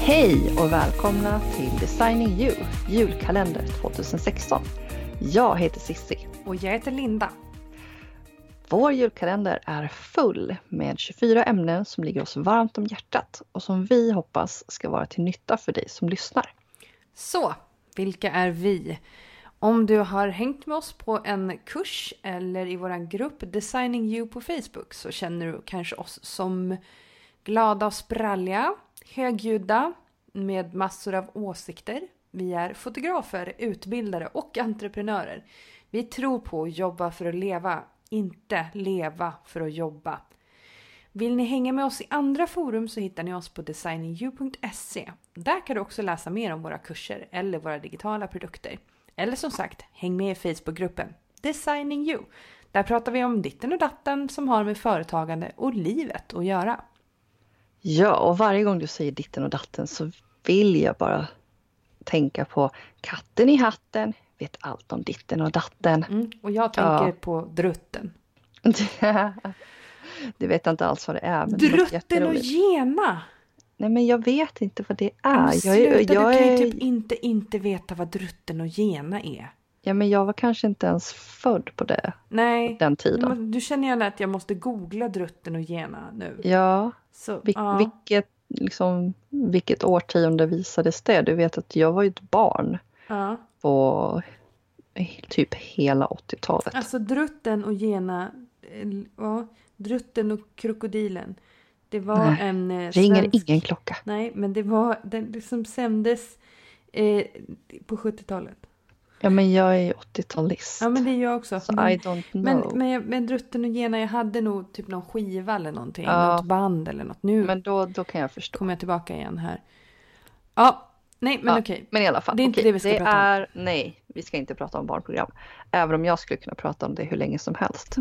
Hej och välkomna till Designing You, julkalender 2016. Jag heter Sissi. Och jag heter Linda. Vår julkalender är full med 24 ämnen som ligger oss varmt om hjärtat och som vi hoppas ska vara till nytta för dig som lyssnar. Så, vilka är vi? Om du har hängt med oss på en kurs eller i vår grupp Designing You på Facebook så känner du kanske oss som glada och spralliga, högljudda med massor av åsikter. Vi är fotografer, utbildare och entreprenörer. Vi tror på att jobba för att leva, inte leva för att jobba. Vill ni hänga med oss i andra forum så hittar ni oss på designingyou.se. Där kan du också läsa mer om våra kurser eller våra digitala produkter. Eller som sagt, häng med i Facebookgruppen Designing You. Där pratar vi om ditten och datten som har med företagande och livet att göra. Ja, och varje gång du säger ditten och datten så vill jag bara tänka på katten i hatten, vet allt om ditten och datten. Och jag tänker på drutten. Du vet inte alls vad det är. Men drutten och gena! Nej, men jag vet inte vad det är. Du kan ju typ inte veta vad drutten och gena är. Ja, men jag var kanske inte ens född på det. Nej, på den tiden. Du känner gärna att jag måste googla drutten och gena nu. Ja, så, vilket årtionde visades det? Du vet att jag var ju ett barn på typ hela 80-talet. Alltså drutten och gena, drutten och krokodilen. Det var en ringer ingen klocka. Nej, men det var den som sändes på 70-talet. Ja, men jag är 80-talist. Ja, men det är jag också. So I don't know. Men drutten och gena, jag hade nog typ någon skiva eller någonting. Något band eller något. Nu men då kan jag förstå. Kommer jag tillbaka igen här. Ja, nej, men okej. Men i alla fall. Det är inte det vi ska prata om. Nej, vi ska inte prata om barnprogram. Även om jag skulle kunna prata om det hur länge som helst.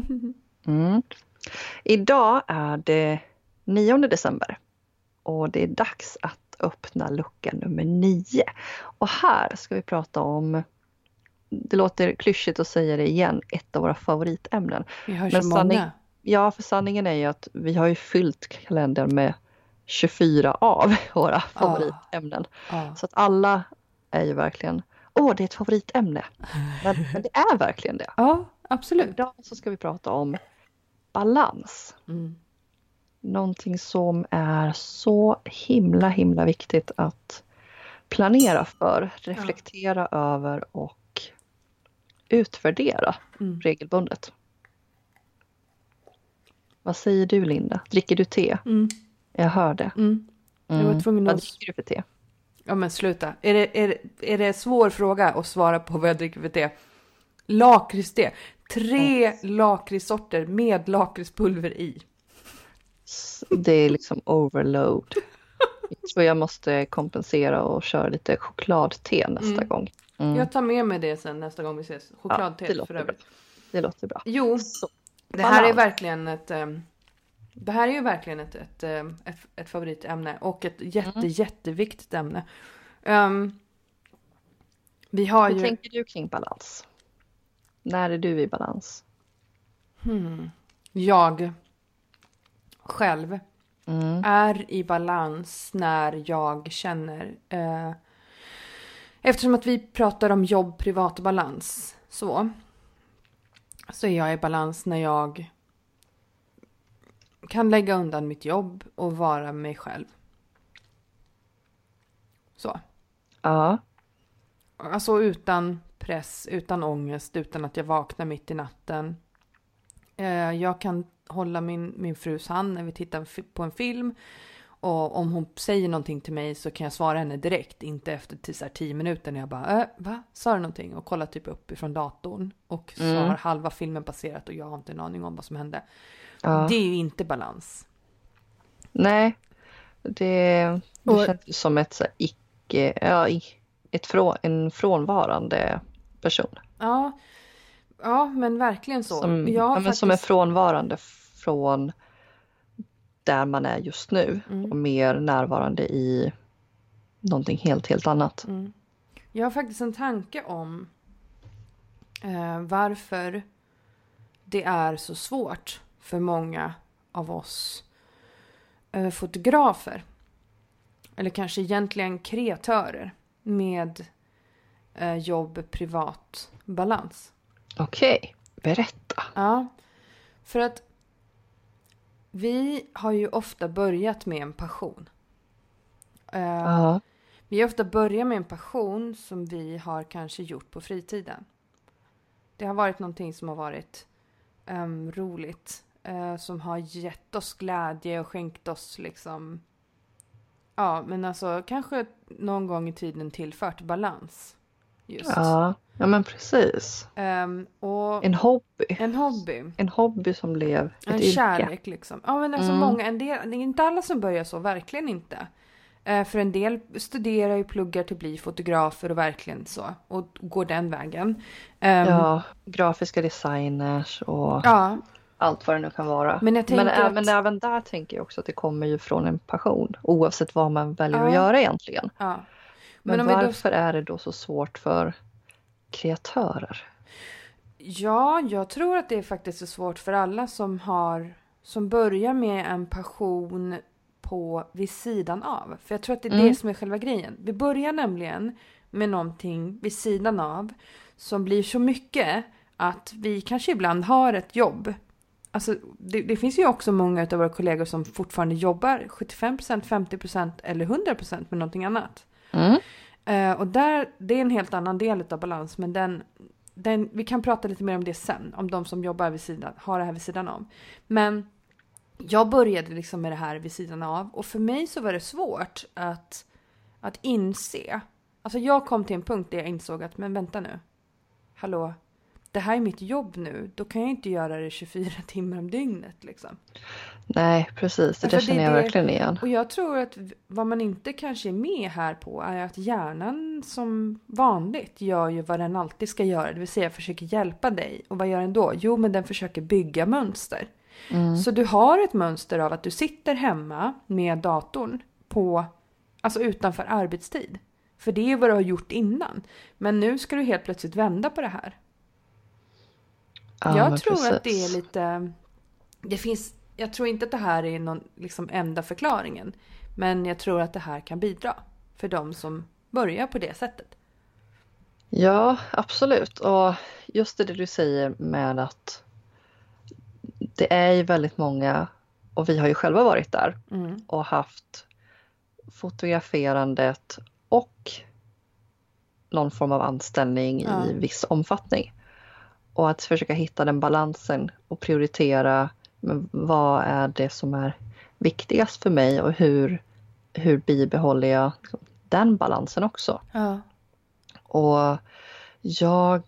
Idag är det 9 december. Och det är dags att öppna lucka nummer 9. Och här ska vi prata om, det låter klyschigt att säga det igen, ett av våra favoritämnen. Vi har så många. Ja, för sanningen är ju att vi har ju fyllt kalendern med 24 av våra favoritämnen. Så att alla är ju verkligen, det är ett favoritämne. Men det är verkligen det. Ja, absolut. Idag så ska vi prata om balans. Någonting som är så himla viktigt att planera för, reflektera över och utvärdera regelbundet. Vad säger du, Linda? Dricker du te? Jag hör det. Jag var tvungen att... Vad dricker du för te? Ja, men sluta. Är det svår fråga att svara på vad jag dricker för te? Lakritste. 3 lakritssorter med lakritspulver i. Det är liksom overload. Jag tror jag måste kompensera och köra lite chokladte nästa gång. Jag tar med mig det sen nästa gång vi ses. Chokladte för övrigt. Det låter bra. Jo, det här är verkligen ett favoritämne och ett jätteviktigt ämne. Hur tänker du kring balans? När är du i balans? Jag själv är i balans när jag känner eftersom att vi pratar om jobb, privat balans så är jag i balans när jag kan lägga undan mitt jobb och vara mig själv. Så. Ja. Alltså utan press, utan ångest, utan att jag vaknar mitt i natten. Jag kan hålla min frus hand när vi tittar på en film. Och om hon säger någonting till mig så kan jag svara henne direkt. Inte efter 10 minuter när jag bara, va? Sa du någonting? Och kollar typ upp ifrån datorn. Och så har halva filmen passerat och jag har inte en aning om vad som hände. Ja. Det är ju inte balans. Nej, det känns som ett en frånvarande person. Ja, men verkligen så. Som är frånvarande från där man är just nu och mer närvarande i någonting helt annat. Jag har faktiskt en tanke om varför det är så svårt för många av oss fotografer eller kanske egentligen kreatörer med jobb-privat balans. Okej, berätta. Ja, för att vi har ju ofta börjat med en passion. Ja. Vi har ofta börjat med en passion som vi har kanske gjort på fritiden. Det har varit någonting som har varit roligt. Som har gett oss glädje och skänkt oss liksom... Ja, men alltså kanske någon gång i tiden tillfört balans. Just. Ja, men precis. Och En hobby. en hobby. En hobby som blev ett En yrke. kärlek liksom. Ja, men alltså många, det är inte alla som börjar så, verkligen inte. För en del studerar och pluggar till att bli fotografer och verkligen så. Och går den vägen. Ja, grafiska designers och allt vad det nu kan vara. Men jag tänker men även där tänker jag också att det kommer ju från en passion. Oavsett vad man väljer att göra egentligen. Ja. Men varför är det då så svårt för kreatörer? Ja, jag tror att det är faktiskt så svårt för alla som börjar med en passion vid sidan av. För jag tror att det är det som är själva grejen. Vi börjar nämligen med någonting vid sidan av som blir så mycket att vi kanske ibland har ett jobb. Alltså det finns ju också många av våra kollegor som fortfarande jobbar 75%, 50% eller 100% med någonting annat. Och det är en helt annan del av balans, men vi kan prata lite mer om det sen, om de som jobbar har det här vid sidan av. Men jag började liksom med det här vid sidan av, och för mig så var det svårt att inse. Alltså jag kom till en punkt där jag insåg att, men vänta nu. Hallå, det här är mitt jobb nu. Då kan jag inte göra det 24 timmar om dygnet liksom. Nej, precis. Det känner jag verkligen igen. Och jag tror att vad man inte kanske är med här på är att hjärnan som vanligt gör ju vad den alltid ska göra. Det vill säga försöker hjälpa dig. Och vad gör den då? Jo, men den försöker bygga mönster. Så du har ett mönster av att du sitter hemma med datorn alltså utanför arbetstid. För det är vad du har gjort innan. Men nu ska du helt plötsligt vända på det här. Ja, jag tror precis. att det är lite... Jag tror inte att det här är någon liksom enda förklaringen. Men jag tror att det här kan bidra för de som börjar på det sättet. Ja, absolut. Och just det du säger med att det är ju väldigt många, och vi har ju själva varit där och haft fotograferandet och någon form av anställning i viss omfattning. Och att försöka hitta den balansen och prioritera, men vad är det som är viktigast för mig och hur bibehåller jag den balansen också. Ja. Och jag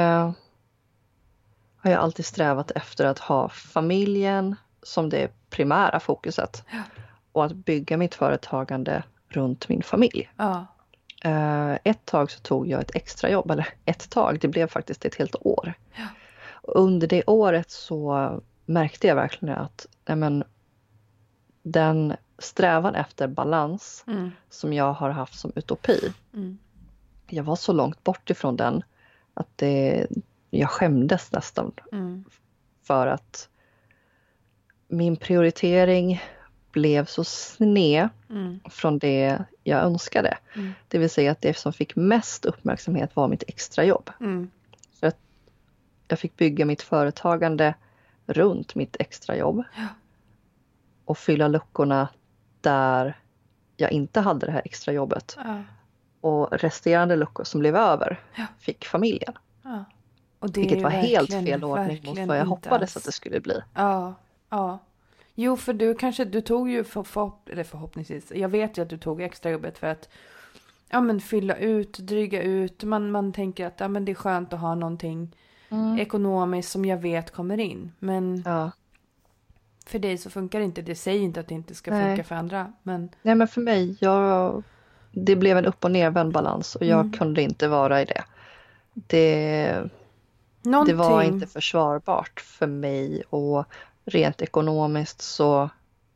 har ju alltid strävat efter att ha familjen som det primära fokuset. Ja. Och att bygga mitt företagande runt min familj. Ja. Ett tag så tog jag ett extrajobb, eller ett tag, det blev faktiskt ett helt år. Ja. Och under det året så märkte jag verkligen att den strävan efter balans som jag har haft som utopi. Jag var så långt bort ifrån den att jag skämdes nästan för att min prioritering blev så sned från det jag önskade. Det vill säga att det som fick mest uppmärksamhet var mitt extrajobb. För att jag fick bygga mitt företagande runt mitt extrajobb. Ja. Och fylla luckorna där jag inte hade det här extrajobbet. Ja. Och resterande luckor som blev över fick familjen. Ja. Och det vilket är var helt fel ordning mot vad jag hoppades att det skulle bli. Ja, ja. Jo, för du tog ju förhoppningsvis, jag vet ju att du tog extrajobbet för att fylla ut, dryga ut. Man tänker att det är skönt att ha någonting ekonomiskt som jag vet kommer in. Men för dig så funkar det inte. Det säger inte att det inte ska funka för andra. Men... Nej, men för mig, det blev en upp- och nervänd balans och jag kunde inte vara i det. Det var inte försvarbart för mig, och rent ekonomiskt så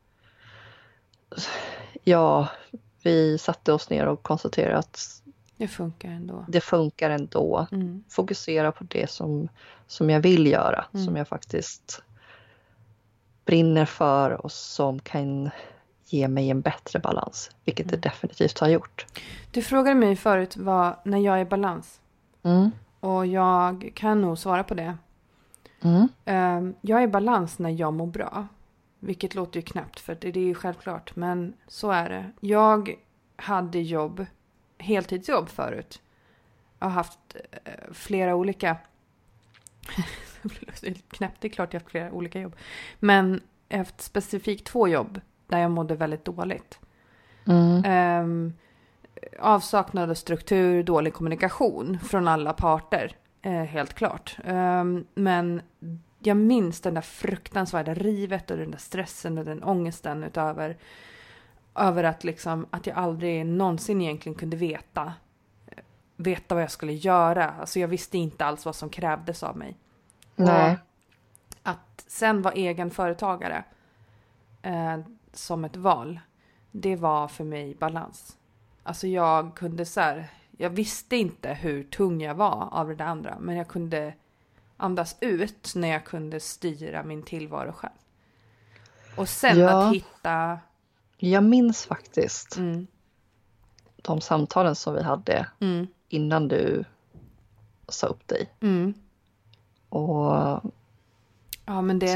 vi satte oss ner och konstaterade att det funkar ändå. Fokusera på det som jag vill göra, som jag faktiskt brinner för och som kan ge mig en bättre balans. Vilket det definitivt har gjort. Du frågade mig förut när jag är i balans. Mm. Och jag kan nog svara på det. Jag är i balans när jag mår bra. Vilket låter ju knappt, för det är ju självklart. Men så är det. Jag hade heltidsjobb förut. Jag har haft flera olika... knappt, det är klart jag har haft flera olika jobb. Men jag har haft specifikt 2 jobb där jag mådde väldigt dåligt. Avsaknad av struktur, dålig kommunikation från alla parter. Helt klart. Men jag minns den där fruktansvärda rivet och den där stressen och den ångesten över att liksom, att jag aldrig någonsin egentligen kunde veta vad jag skulle göra. Alltså jag visste inte alls vad som krävdes av mig. Nej. Och att sen vara egen företagare som ett val, det var för mig balans. Alltså jag kunde jag visste inte hur tung jag var av det andra, men jag kunde andas ut när jag kunde styra min tillvaro själv. Och sen att hitta... Jag minns faktiskt de samtalen som vi hade innan du sa upp dig. Och ja, men det så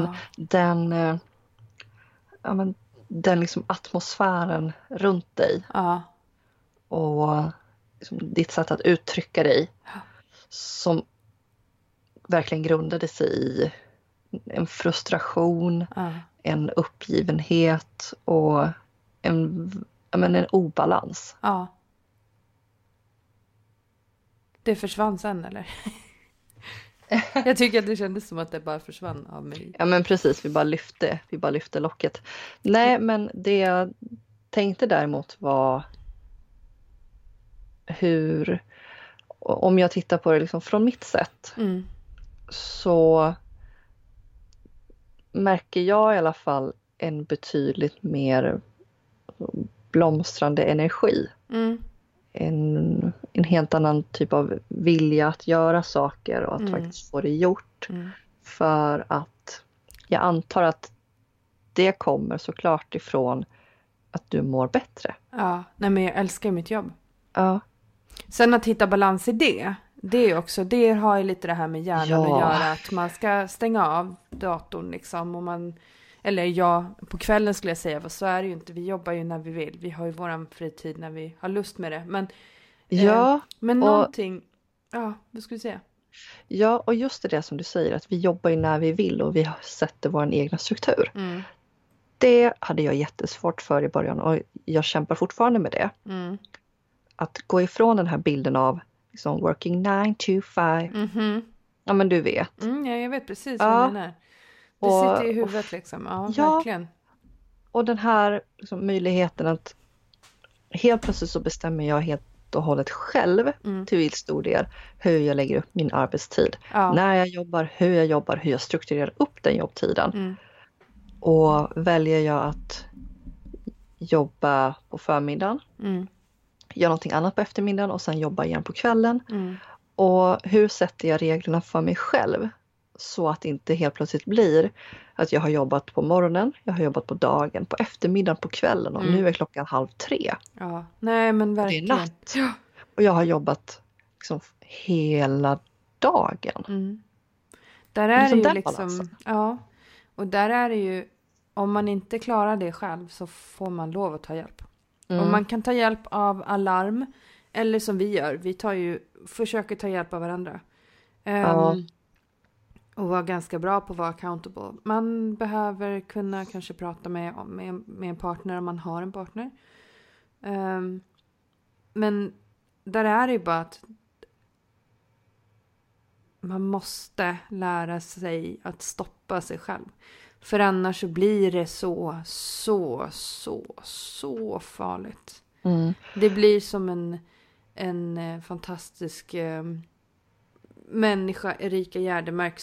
den liksom atmosfären runt dig. Ja. Och liksom ditt sätt att uttrycka dig som verkligen grundade sig i en frustration, en uppgivenhet och en obalans. Ja. Det försvann sen, eller? Jag tycker att det kändes som att det bara försvann av mig. Ja, men precis, vi bara lyfte locket. Nej, men det jag tänkte däremot var hur, om jag tittar på det liksom från mitt sätt, så märker jag i alla fall en betydligt mer blomstrande energi. En helt annan typ av vilja att göra saker och att faktiskt få det gjort. För att jag antar att det kommer såklart ifrån att du mår bättre. Ja, nej, men jag älskar mitt jobb. Ja. Sen att hitta balans i det är också, det har ju lite det här med hjärnan att göra, att man ska stänga av datorn liksom, och på kvällen skulle jag säga, för så är det ju inte, vi jobbar ju när vi vill, vi har ju våran fritid när vi har lust med det, men men någonting, vad skulle du säga? Ja, och just det som du säger, att vi jobbar ju när vi vill och vi sätter vår egna struktur. Det hade jag jättesvårt för i början och jag kämpar fortfarande med det. Att gå ifrån den här bilden av liksom working 9 to 5. Ja, men du vet. Ja, jag vet precis vad du menar. Det sitter i huvudet liksom. Ja, verkligen. Och den här liksom, möjligheten att helt plötsligt så bestämmer jag helt och hållet själv till viss stor del hur jag lägger upp min arbetstid. När jag jobbar, hur jag strukturerar upp den jobbtiden. Och väljer jag att jobba på förmiddagen, göra någonting annat på eftermiddagen och sen jobba igen på kvällen. Och hur sätter jag reglerna för mig själv så att det inte helt plötsligt blir att jag har jobbat på morgonen, jag har jobbat på dagen, på eftermiddagen, på kvällen och nu är klockan 2:30. Ja, nej men verkligen. Det är natt. Ja. Och jag har jobbat liksom hela dagen. Där är det ju liksom, och där är det ju, om man inte klarar det själv så får man lov att ta hjälp. Och man kan ta hjälp av alarm, eller som vi gör, vi försöker ta hjälp av varandra. Och vara ganska bra på att vara accountable. Man behöver kunna kanske prata med en partner om man har en partner. Men där är det ju bara att man måste lära sig att stoppa sig själv. För annars så blir det så farligt. Det blir som en fantastisk människa, Erika Gärdemark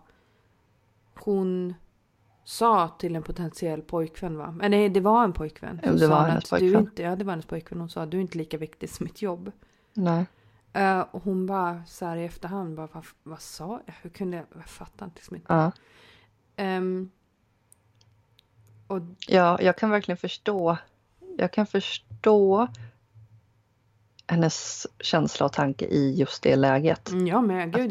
hon sa till en potentiell pojkvän, va? Men nej, det var en pojkvän. Det var hennes pojkvän. Det var hennes pojkvän. Hon sa, du är inte lika viktig som mitt jobb. Nej. Och hon bara så här i efterhand, vad sa jag? Hur kunde jag fattar inte liksom inte. Och, Ja, jag kan verkligen förstå. Jag kan förstå hennes känsla och tanke i just det läget. ja, men gud, Att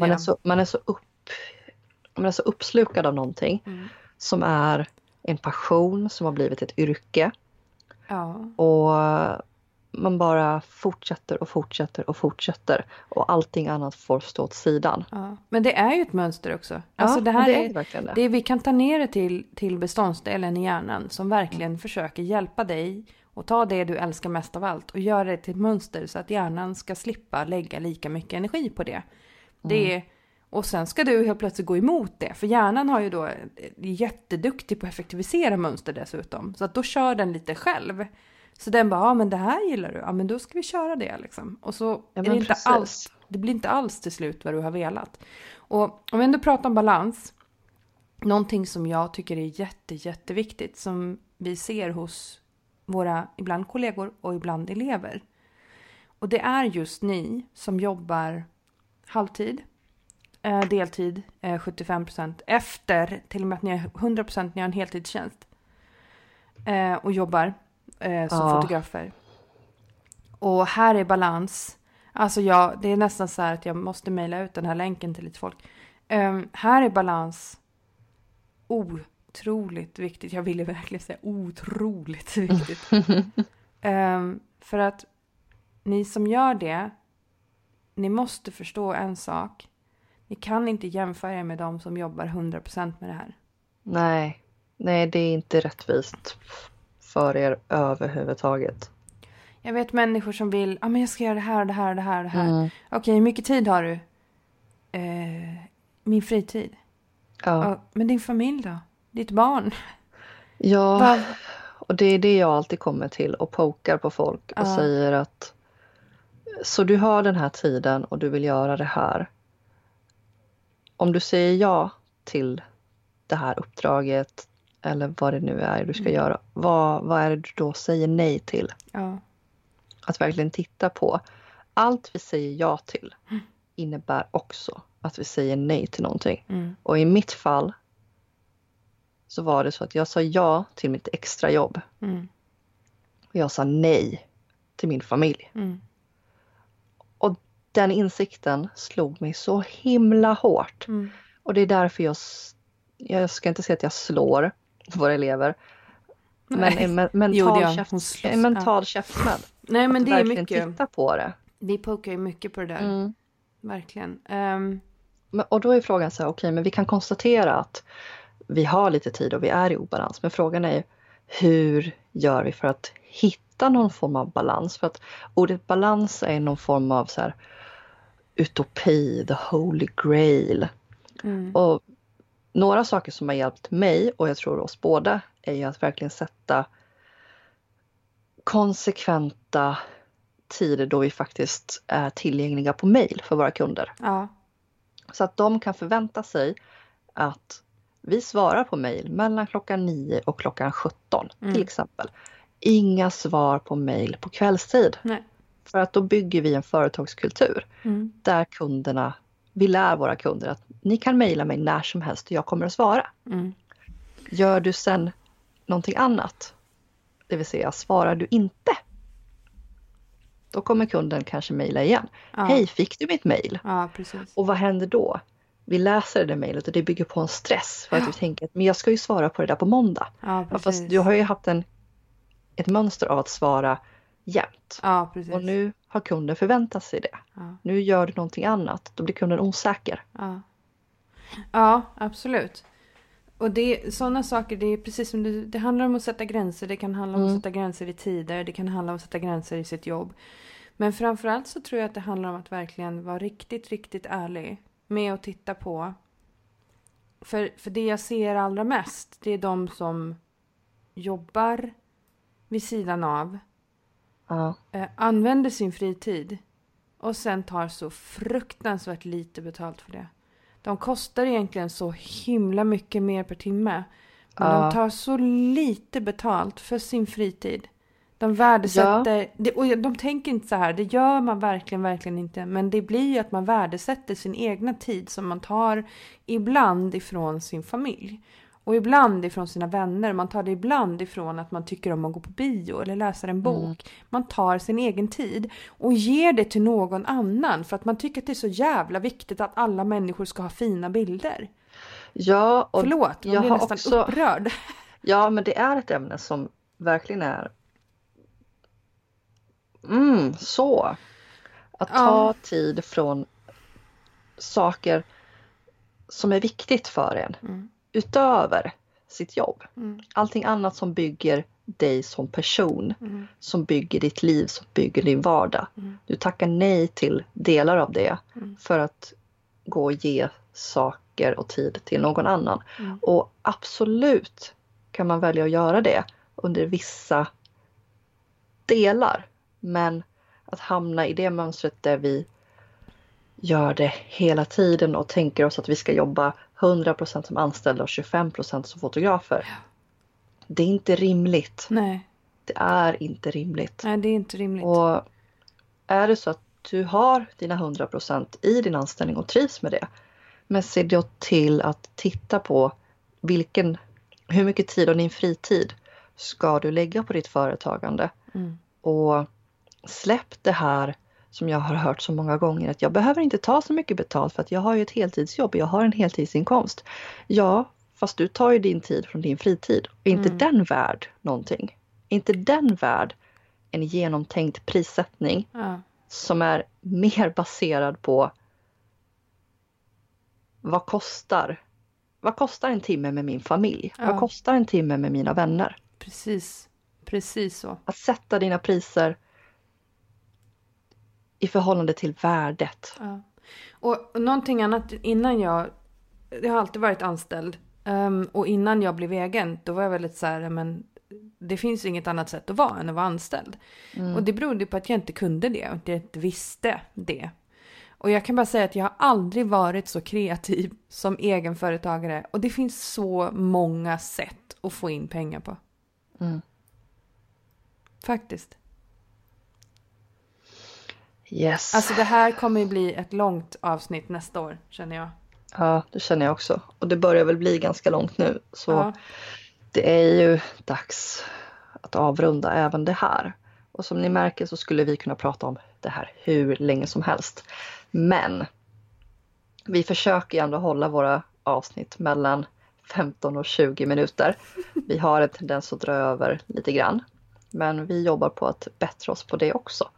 man är så uppslukad av någonting som är en passion, som har blivit ett yrke. Ja. Och man bara fortsätter och fortsätter och fortsätter. Och allting annat får stå åt sidan. Ja. Men det är ju ett mönster också. Ja, Alltså det här det är verkligen det. det vi kan ta ner det till beståndsdelen i hjärnan som verkligen försöker hjälpa dig och ta det du älskar mest av allt och göra det till ett mönster så att hjärnan ska slippa lägga lika mycket energi på det. Och sen ska du helt plötsligt gå emot det. För hjärnan har ju då är jätteduktig på att effektivisera mönster dessutom. Så att då kör den lite själv. Så den bara, ja men det här gillar du. Ja men då ska vi köra det liksom. Och så är det inte alls, det blir inte alls till slut vad du har velat. Och om vi ändå pratar om balans. Någonting som jag tycker är jätteviktigt. Som vi ser hos våra ibland kollegor och ibland elever. Och det är just ni som jobbar halvtid. Deltid, 75%. Efter till och med att ni är 100% ni har en heltidstjänst. Och jobbar som fotografer. Och här är balans. Alltså det är nästan så här att jag måste mejla ut den här länken till lite folk. Här är balans otroligt viktigt. Jag ville verkligen säga otroligt viktigt. För att ni som gör det, ni måste förstå en sak. Ni kan inte jämföra er med de som jobbar 100% med det här. Nej, det är inte rättvist för er överhuvudtaget. Jag vet människor som vill, men jag ska göra det här och det här och det här och det här. Okej, hur mycket tid har du? Min fritid. Ja. Men din familj då? Ditt barn? Ja, och det är det jag alltid kommer till och pokar på folk och säger att så du har den här tiden och du vill göra det här. Om du säger ja till det här uppdraget eller vad det nu är du ska göra, vad är det du då säger nej till? Ja. Att verkligen titta på. Allt vi säger ja till innebär också att vi säger nej till någonting. Och i mitt fall så var det så att jag sa ja till mitt extra jobb. Och jag sa nej till min familj. Och den insikten slog mig så himla hårt. Och det är därför jag ska inte säga att jag slår våra elever. Men en mental käftsmäll. Nej, men det är mycket. Titta på det. Vi pokar ju mycket på det där. Verkligen. Och då är frågan så här, okej, men vi kan konstatera att vi har lite tid och vi är i obalans. Men frågan är ju, hur gör vi för att hitta någon form av balans? För att ordet balans är någon form av så här utopi, the holy grail. Och några saker som har hjälpt mig och jag tror oss båda är ju att verkligen sätta konsekventa tider då vi faktiskt är tillgängliga på mejl för våra kunder. Ja. Så att de kan förvänta sig att vi svarar på mejl mellan klockan 9 och klockan 17 till exempel. Inga svar på mejl på kvällstid. Nej. För att då bygger vi en företagskultur där vi lär våra kunder att ni kan mejla mig när som helst och jag kommer att svara. Gör du sen någonting annat, det vill säga svarar du inte, då kommer kunden kanske mejla igen. Hej, fick du mitt mejl? Ja, precis. Och vad händer då? Vi läser det mejlet och det bygger på en stress för att vi tänker att men jag ska ju svara på det där på måndag. Ja, fast du har ju haft ett mönster av att svara jämt. Ja, precis. Och nu har kunden förväntat sig det. Ja. Nu gör du någonting annat. Då blir kunden osäker. Ja, absolut. Och sådana saker, det är precis som det handlar om att sätta gränser. Det kan handla om att sätta gränser i tider. Det kan handla om att sätta gränser i sitt jobb. Men framförallt så tror jag att det handlar om att verkligen vara riktigt, riktigt ärlig med att titta på. För det jag ser allra mest, det är de som jobbar vid sidan av. Använder sin fritid och sen tar så fruktansvärt lite betalt för det. De kostar egentligen så himla mycket mer per timme. Men de tar så lite betalt för sin fritid. De värdesätter, och de tänker inte så här, det gör man verkligen inte. Men det blir ju att man värdesätter sin egna tid som man tar ibland ifrån sin familj. Och ibland ifrån sina vänner. Man tar det ibland ifrån att man tycker om att gå på bio eller läsa en bok. Man tar sin egen tid och ger det till någon annan. För att man tycker att det är så jävla viktigt att alla människor ska ha fina bilder. Ja, och förlåt, jag blir nästan också upprörd. Ja, men det är ett ämne som verkligen är så. Att ta tid från saker som är viktigt för en. Utöver sitt jobb. Allting annat som bygger dig som person. Som bygger ditt liv, som bygger din vardag. Du tackar nej till delar av det. För att gå och ge saker och tid till någon annan. Och absolut kan man välja att göra det under vissa delar. Men att hamna i det mönstret där vi gör det hela tiden och tänker oss att vi ska jobba 100% som anställda och 25% som fotografer. Det är inte rimligt. Nej. Det är inte rimligt. Nej, det är inte rimligt. Och är det så att du har dina 100% i din anställning och trivs med det. Men se då till att titta på hur mycket tid av din fritid ska du lägga på ditt företagande. Och släpp det här som jag har hört så många gånger, att jag behöver inte ta så mycket betalt för att jag har ju ett heltidsjobb och jag har en heltidsinkomst. Ja, fast du tar ju din tid från din fritid. Och inte den värd någonting. Inte den värd en genomtänkt prissättning som är mer baserad på vad kostar en timme med min familj? Vad kostar en timme med mina vänner? Precis så. Att sätta dina priser i förhållande till värdet. Ja. Och någonting annat jag har alltid varit anställd. Och innan jag blev egen, då var jag väldigt så här, men det finns inget annat sätt att vara än att vara anställd. Och det berodde på att jag inte kunde det och att jag inte visste det. Och jag kan bara säga att jag har aldrig varit så kreativ som egenföretagare. Och det finns så många sätt att få in pengar på. Faktiskt. Yes. Alltså det här kommer ju bli ett långt avsnitt nästa år, känner jag. Ja, det känner jag också. Och det börjar väl bli ganska långt nu. Så det är ju dags att avrunda även det här. Och som ni märker så skulle vi kunna prata om det här hur länge som helst. Men vi försöker ändå hålla våra avsnitt mellan 15 och 20 minuter. Vi har en tendens att dra över lite grann. Men vi jobbar på att bättra oss på det också.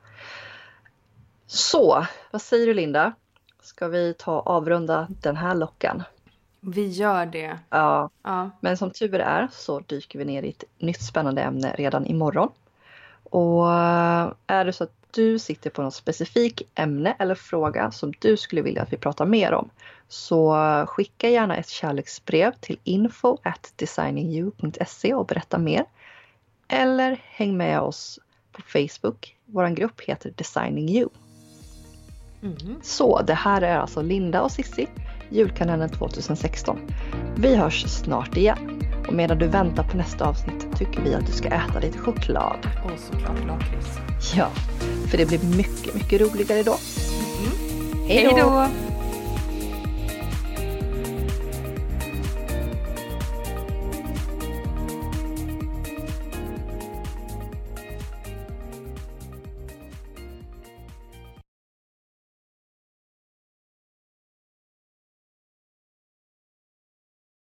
Så, vad säger du Linda? Ska vi avrunda den här lockan? Vi gör det. Ja, men som tur är så dyker vi ner i ett nytt spännande ämne redan imorgon. Och är det så att du sitter på något specifikt ämne eller fråga som du skulle vilja att vi pratar mer om, så skicka gärna ett kärleksbrev till info@designingyou.se och berätta mer. Eller häng med oss på Facebook. Vår grupp heter Designing You. Så det här är alltså Linda och Sissi, julkalendern 2016. Vi hörs snart igen. Och medan du väntar på nästa avsnitt tycker vi att du ska äta lite choklad. Och såklart lakrits. Ja, för det blir mycket, mycket roligare då. Hej då!